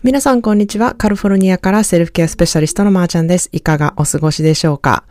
皆さんこんにちは。カリフォルニアからセルフケアスペシャリストのまーちゃんです。いかがお過ごしでしょうか。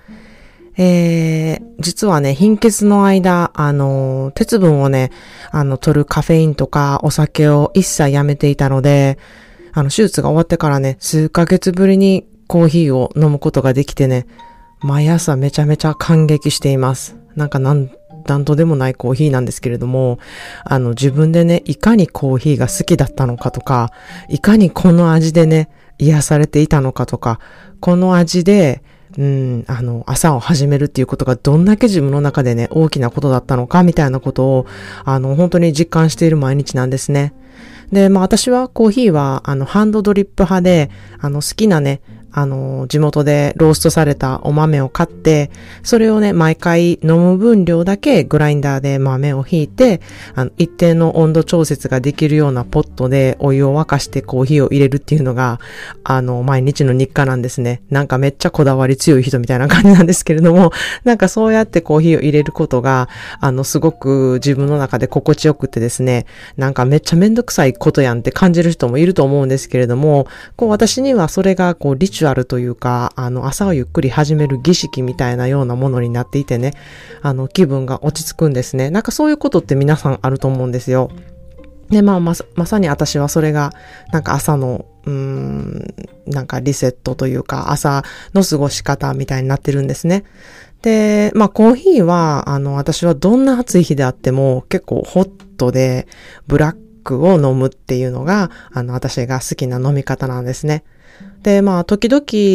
実はね、貧血の間、鉄分をね、取るカフェインとかお酒を一切やめていたので、手術が終わってからね、数ヶ月ぶりにコーヒーを飲むことができてね、毎朝めちゃめちゃ感激しています。なんとでもないコーヒーなんですけれども、自分でね、いかにコーヒーが好きだったのかとか、いかにこの味でね、癒されていたのかとか、この味で、朝を始めるっていうことがどんだけ自分の中でね、大きなことだったのかみたいなことを、本当に実感している毎日なんですね。で、私はコーヒーは、ハンドドリップ派で、好きなね、地元でローストされたお豆を買って、それをね、毎回飲む分量だけグラインダーで豆をひいて、一定の温度調節ができるようなポットでお湯を沸かしてコーヒーを入れるっていうのが、毎日の日課なんですね。なんかめっちゃこだわり強い人みたいな感じなんですけれども、なんかそうやってコーヒーを入れることが、すごく自分の中で心地よくてですね、なんかめっちゃめんどくさいことやんって感じる人もいると思うんですけれども、私にはそれがリチュアルというか、朝をゆっくり始める儀式みたいなようなものになっていてね、気分が落ち着くんですね。なんかそういうことって皆さんあると思うんですよ。で、まさに私はそれが、なんか朝の、なんかリセットというか、朝の過ごし方みたいになってるんですね。で、コーヒーは、私はどんな暑い日であっても結構ホットで、ブラックを飲むっていうのが、私が好きな飲み方なんですね。で、時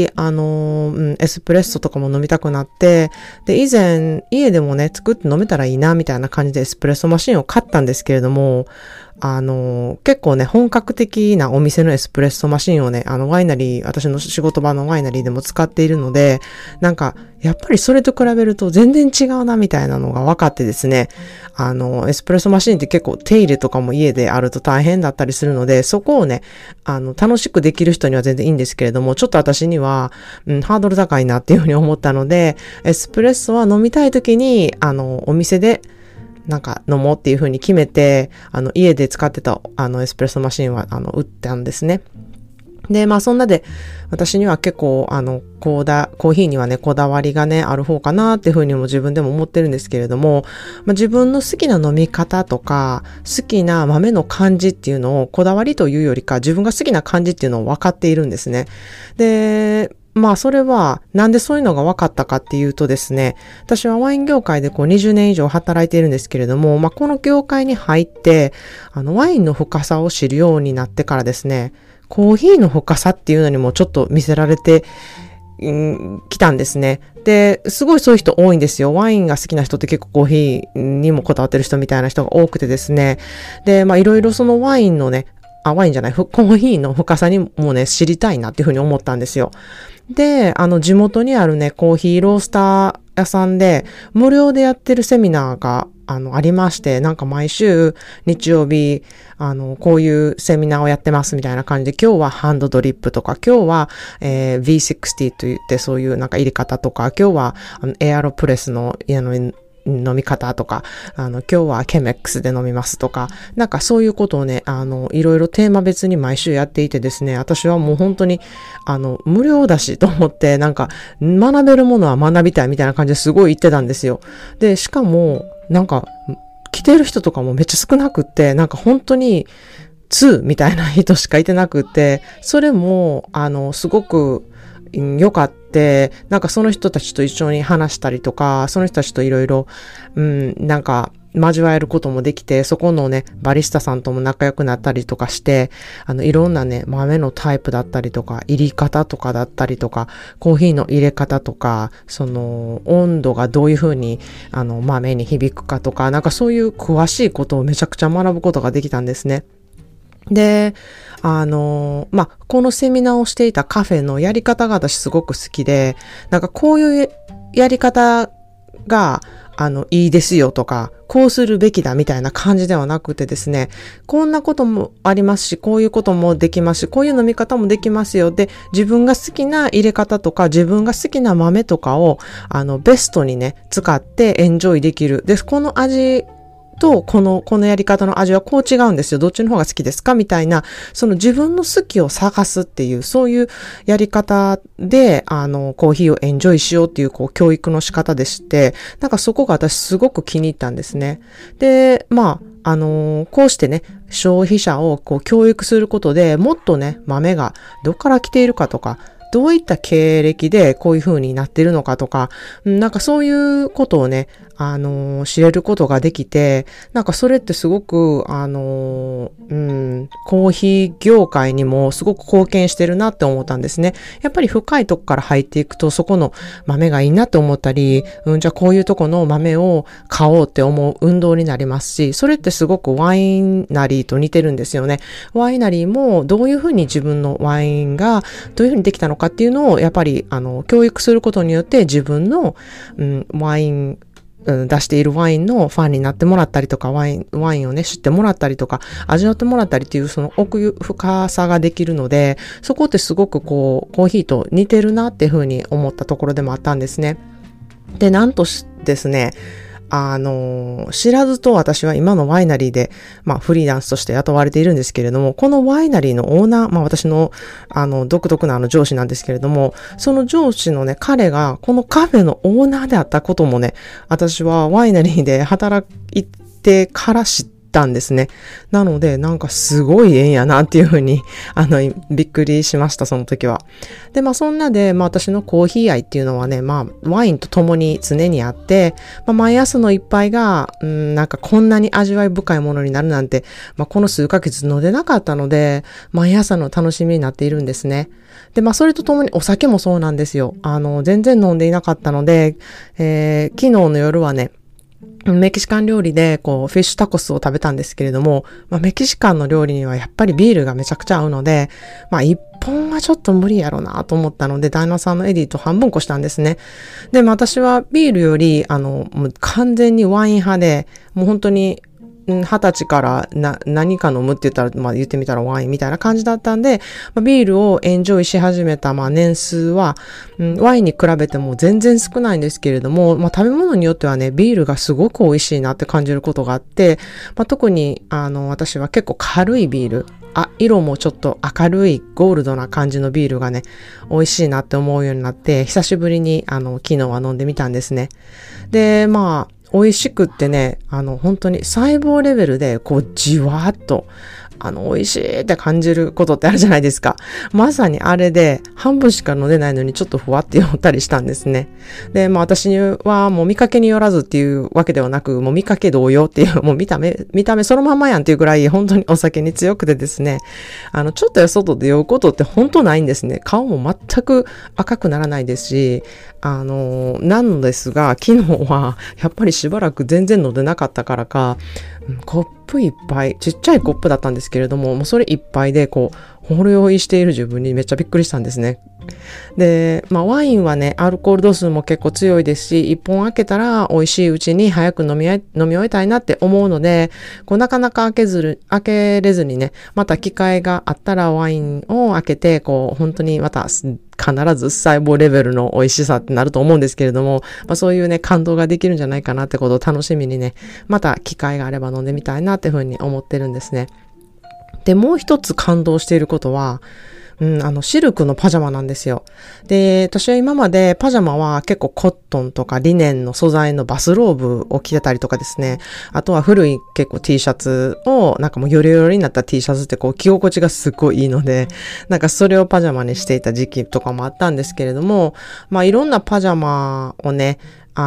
々、エスプレッソとかも飲みたくなって、で、以前、家でもね、作って飲めたらいいな、みたいな感じでエスプレッソマシンを買ったんですけれども、結構ね、本格的なお店のエスプレッソマシンをね、ワイナリー、私の仕事場のワイナリーでも使っているので、なんか、やっぱりそれと比べると全然違うな、みたいなのが分かってですね、エスプレッソマシンって結構手入れとかも家であると大変だったりするので、そこをね、楽しくできる人には全然いいんですけれども、ちょっと私には、ハードル高いなっていうふうに思ったので、エスプレッソは飲みたい時に、お店で、なんか飲もうっていう風に決めて、家で使ってた、エスプレッソマシンは、売ったんですね。で、そんなで、私には結構、コーヒーにはね、こだわりがね、ある方かなっていう風にも自分でも思ってるんですけれども、自分の好きな飲み方とか、好きな豆の感じっていうのを、こだわりというよりか、自分が好きな感じっていうのを分かっているんですね。で、それは、なんでそういうのが分かったかっていうとですね、私はワイン業界で20年以上働いているんですけれども、この業界に入って、ワインの深さを知るようになってからですね、コーヒーの深さっていうのにもちょっと見せられてきたんですね。で、すごいそういう人多いんですよ。ワインが好きな人って結構コーヒーにもこだわってる人みたいな人が多くてですね。で、いろいろそのワインのね、ワインじゃない、コーヒーの深さにもね、知りたいなっていうふうに思ったんですよ。で、地元にあるね、コーヒーロースター屋さんで、無料でやってるセミナーが、ありまして、なんか毎週日曜日、こういうセミナーをやってますみたいな感じで、今日はハンドドリップとか、今日は、V60 と言ってそういうなんか入れ方とか、今日は、エアロプレスの、飲み方とか、今日はケメックスで飲みますとか、なんかそういうことをね、いろいろテーマ別に毎週やっていてですね、私はもう本当に、無料だしと思って、なんか、学べるものは学びたいみたいな感じですごい言ってたんですよ。で、しかも、なんか、来てる人とかもめっちゃ少なくって、なんか本当に、2みたいな人しかいてなくって、それも、すごく、よかって、なんかその人たちと一緒に話したりとか、その人たちといろいろ、なんか交わえることもできて、そこのね、バリスタさんとも仲良くなったりとかして、いろんなね、豆のタイプだったりとか、入り方とかだったりとか、コーヒーの入れ方とか、その、温度がどういう風に、豆に響くかとか、なんかそういう詳しいことをめちゃくちゃ学ぶことができたんですね。で、このセミナーをしていたカフェのやり方が私すごく好きで、なんかこういうやり方が、いいですよとか、こうするべきだみたいな感じではなくてですね、こんなこともありますし、こういうこともできますし、こういう飲み方もできますよ。で、自分が好きな入れ方とか、自分が好きな豆とかを、ベストにね、使ってエンジョイできる。で、この味とこのやり方の味はこう違うんですよ。どっちの方が好きですかみたいな、その自分の好きを探すっていう、そういうやり方で、コーヒーをエンジョイしようっていう、教育の仕方でして、なんかそこが私すごく気に入ったんですね。で、こうしてね、消費者を教育することでもっとね、豆がどっから来ているかとか、どういった経歴でこういう風になっているのかとか、なんかそういうことをね、知れることができて、なんかそれってすごく、コーヒー業界にもすごく貢献してるなって思ったんですね。やっぱり深いとこから入っていくと、そこの豆がいいなって思ったり、じゃあこういうとこの豆を買おうって思う運動になりますし、それってすごくワイナリーと似てるんですよね。ワイナリーもどういう風に自分のワインがどういう風にできたのかっていうのを、やっぱり、教育することによって自分の、ワイン、出しているワインのファンになってもらったりとか、ワインをね、知ってもらったりとか、味わってもらったりっていう、その奥深さができるので、そこってすごくコーヒーと似てるなっていうふうに思ったところでもあったんですね。で、なんとですね、知らずと私は今のワイナリーで、フリーランスとして雇われているんですけれども、このワイナリーのオーナー、私の、独特な上司なんですけれども、その上司のね、彼が、このカフェのオーナーであったこともね、私はワイナリーで働いてから知ったんですね。なので、なんかすごい縁やなっていうふうに、びっくりしました、その時は。で、そんなで、私のコーヒー愛っていうのはね、ワインと共に常にあって、毎朝の一杯が、なんかこんなに味わい深いものになるなんて、この数ヶ月飲んでなかったので、毎朝の楽しみになっているんですね。で、それとともにお酒もそうなんですよ。全然飲んでいなかったので、昨日の夜はね、メキシカン料理で、フィッシュタコスを食べたんですけれども、メキシカンの料理にはやっぱりビールがめちゃくちゃ合うので、一本はちょっと無理やろなと思ったので、旦那さんのエディと半分こしたんですね。で、私はビールより、もう完全にワイン派で、もう本当に、20歳から何か飲むって言ったら、言ってみたらワインみたいな感じだったんで、ビールをエンジョイし始めた、年数は、ワインに比べても全然少ないんですけれども、食べ物によってはね、ビールがすごく美味しいなって感じることがあって、特に、私は結構軽いビール、色もちょっと明るいゴールドな感じのビールがね、美味しいなって思うようになって、久しぶりに、昨日は飲んでみたんですね。で、美味しくってね、本当に細胞レベルで、じわーっと、美味しいって感じることってあるじゃないですか。まさにあれで、半分しか飲んでないのにちょっとふわって酔ったりしたんですね。で、私はもう見かけによらずっていうわけではなく、もう見かけ同様っていう、もう見た目そのままやんっていうぐらい、本当にお酒に強くてですね、ちょっとや外で酔うことって本当ないんですね。顔も全く赤くならないですし、なのですが、昨日はやっぱりしばらく全然飲んでなかったからか、コップ一杯、ちっちゃいコップだったんですけれども、もうそれ一杯でほろ酔いしている自分にめっちゃびっくりしたんですね。で、ワインはね、アルコール度数も結構強いですし、一本開けたら美味しいうちに早く飲み終えたいなって思うので、なかなか開けれずにね、また機会があったらワインを開けて、本当にまた必ず細胞レベルの美味しさってなると思うんですけれども、そういうね、感動ができるんじゃないかなってことを楽しみにね、また機会があれば飲んでみたいなっていうふうに思ってるんですね。で、もう一つ感動していることは、シルクのパジャマなんですよ。で、私は今までパジャマは結構コットンとかリネンの素材のバスローブを着てたりとかですね。あとは古い結構 T シャツを、なんかもうヨレヨレになった T シャツって着心地がすっごいいいので、なんかそれをパジャマにしていた時期とかもあったんですけれども、いろんなパジャマをね、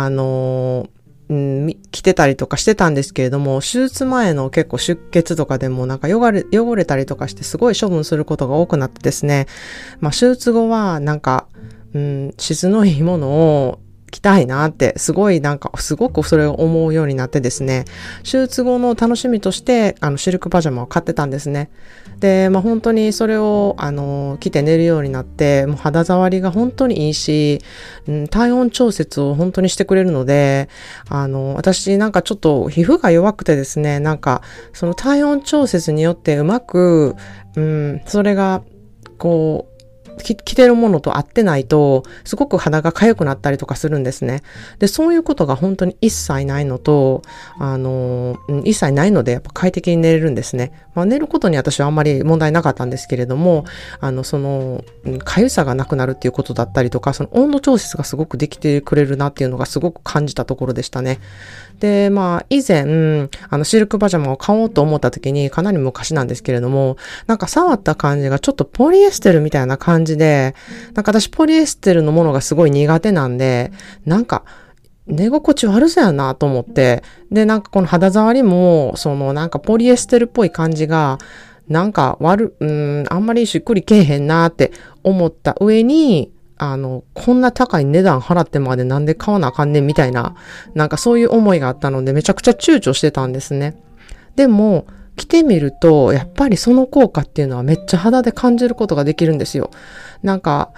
着てたりとかしてたんですけれども、手術前の結構出血とかでもなんか汚れたりとかしてすごい処分することが多くなってですね、手術後はなんか、質のいいものを着たいなって、すごくそれを思うようになってですね、手術後の楽しみとして、シルクパジャマを買ってたんですね。で、本当にそれを、着て寝るようになって、もう肌触りが本当にいいし、体温調節を本当にしてくれるので、私なんかちょっと皮膚が弱くてですね、なんか、その体温調節によってうまく、それが、 着てるものと合ってないと、すごく肌が痒くなったりとかするんですね。で、そういうことが本当に一切ないのと、一切ないので、やっぱ快適に寝れるんですね。寝ることに私はあんまり問題なかったんですけれども、痒さがなくなるっていうことだったりとか、その温度調節がすごくできてくれるなっていうのがすごく感じたところでしたね。で、以前、シルクパジャマを買おうと思った時に、かなり昔なんですけれども、なんか触った感じがちょっとポリエステルみたいな感じで、なんか私ポリエステルのものがすごい苦手なんで、なんか、寝心地悪そうやなと思って、で、なんかこの肌触りも、なんかポリエステルっぽい感じが、なんかあんまりしっくりけえへんなって思った上に、こんな高い値段払ってまでなんで買わなあかんねんみたいな、なんかそういう思いがあったのでめちゃくちゃ躊躇してたんですね。でも、着てみると、やっぱりその効果っていうのはめっちゃ肌で感じることができるんですよ。なんか、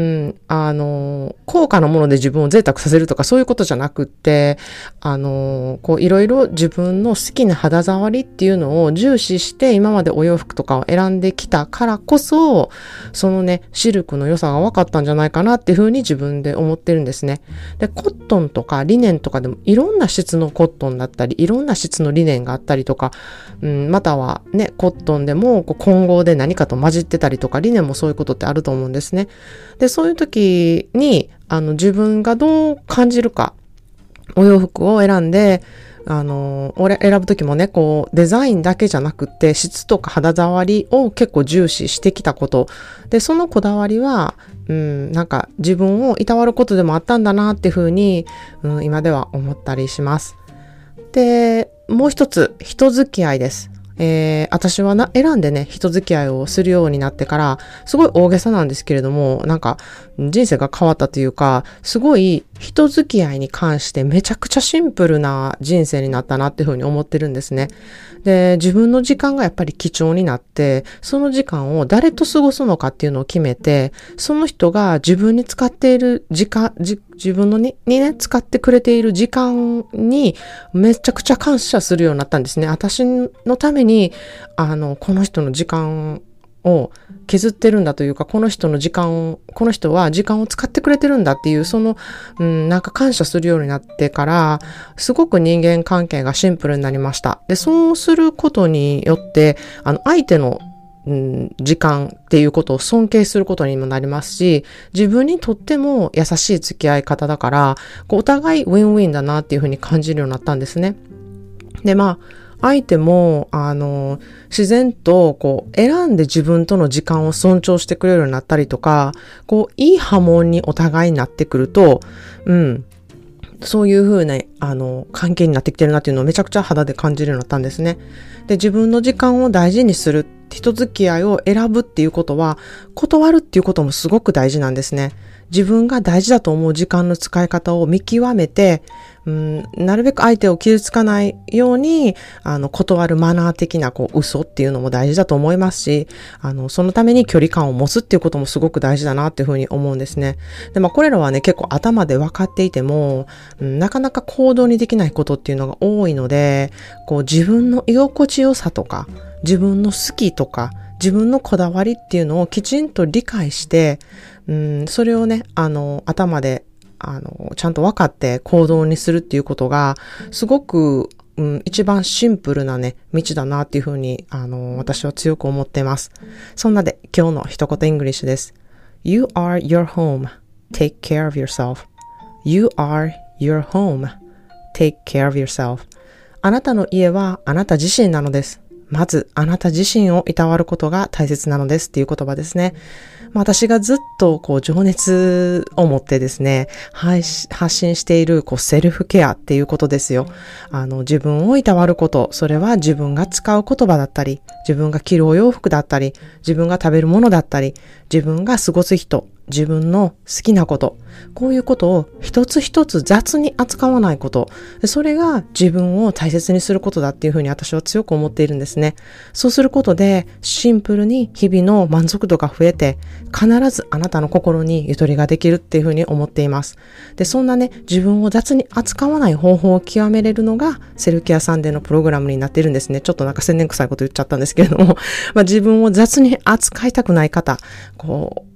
高価なもので自分を贅沢させるとかそういうことじゃなくって、いろいろ自分の好きな肌触りっていうのを重視して今までお洋服とかを選んできたからこそ、そのね、シルクの良さが分かったんじゃないかなっていうふうに自分で思ってるんですね。で、コットンとかリネンとかでもいろんな質のコットンだったり、いろんな質のリネンがあったりとか、またはね、コットンでも混合で何かと混じってたりとか、リネンもそういうことってあると思うんですね。で、そういう時に、自分がどう感じるか、お洋服を選んで、選ぶ時もね、デザインだけじゃなくて、質とか肌触りを結構重視してきたこと。で、そのこだわりは、なんか自分をいたわることでもあったんだなっていうふうに、今では思ったりします。で、もう一つ、人付き合いです。私は選んでね、人付き合いをするようになってから、すごい大げさなんですけれども、なんか人生が変わったというか、すごい人付き合いに関してめちゃくちゃシンプルな人生になったなっていうふうに思ってるんですね。で、自分の時間がやっぱり貴重になって、その時間を誰と過ごすのかっていうのを決めて、その人が自分に使っている時間、自分のにね、使ってくれている時間にめちゃくちゃ感謝するようになったんですね。私のために、この人の時間を削ってるんだというか、この人は時間を使ってくれてるんだっていう、なんか感謝するようになってから、すごく人間関係がシンプルになりました。で、そうすることによって、相手の時間っていうことを尊敬することにもなりますし、自分にとっても優しい付き合い方だから、お互いウィンウィンだなっていうふうに感じるようになったんですね。で、相手も、自然と、選んで自分との時間を尊重してくれるようになったりとか、いい波紋にお互いになってくると、そういう風な、関係になってきてるなっていうのをめちゃくちゃ肌で感じるようになったんですね。で、自分の時間を大事にする、人付き合いを選ぶっていうことは、断るっていうこともすごく大事なんですね。自分が大事だと思う時間の使い方を見極めて、なるべく相手を傷つかないように、断るマナー的な、嘘っていうのも大事だと思いますし、そのために距離感を持つっていうこともすごく大事だなっていうふうに思うんですね。で、これらはね、結構頭で分かっていても、なかなか行動にできないことっていうのが多いので、自分の居心地よさとか、自分の好きとか、自分のこだわりっていうのをきちんと理解して、それをね、頭で、ちゃんと分かって行動にするっていうことが、すごく、一番シンプルなね、道だなっていうふうに、私は強く思っています。そんなで、今日の一言イングリッシュです。You are your home. Take care of yourself. You are your home. Take care of yourself. あなたの家はあなた自身なのです。まず、あなた自身をいたわることが大切なのですっていう言葉ですね。私がずっと情熱を持ってですね、発信しているセルフケアっていうことですよ。自分をいたわること、それは自分が使う言葉だったり、自分が着るお洋服だったり、自分が食べるものだったり、自分が過ごす人、自分の好きなこと、こういうことを一つ一つ雑に扱わないこと、それが自分を大切にすることだっていうふうに私は強く思っているんですね。そうすることでシンプルに日々の満足度が増えて、必ずあなたの心にゆとりができるっていうふうに思っています。で、そんなね、自分を雑に扱わない方法を極めれるのがセルケアサンデーのプログラムになっているんですね。ちょっとなんか宣伝臭いこと言っちゃったんですけれども、自分を雑に扱いたくない方、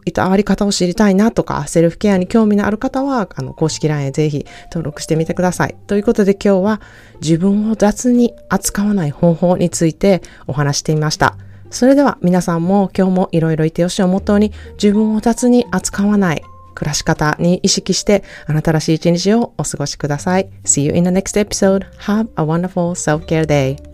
いたわり方を知りたいなとか、セルフケアに興味のある方は、公式 LINE へぜひ登録してみてください。ということで今日は自分を雑に扱わない方法についてお話してみました。それでは皆さんも今日もいろいろいてよしをモットーに自分を雑に扱わない暮らし方に意識してあなたらしい一日をお過ごしください。See you in the next episode. Have a wonderful self-care day.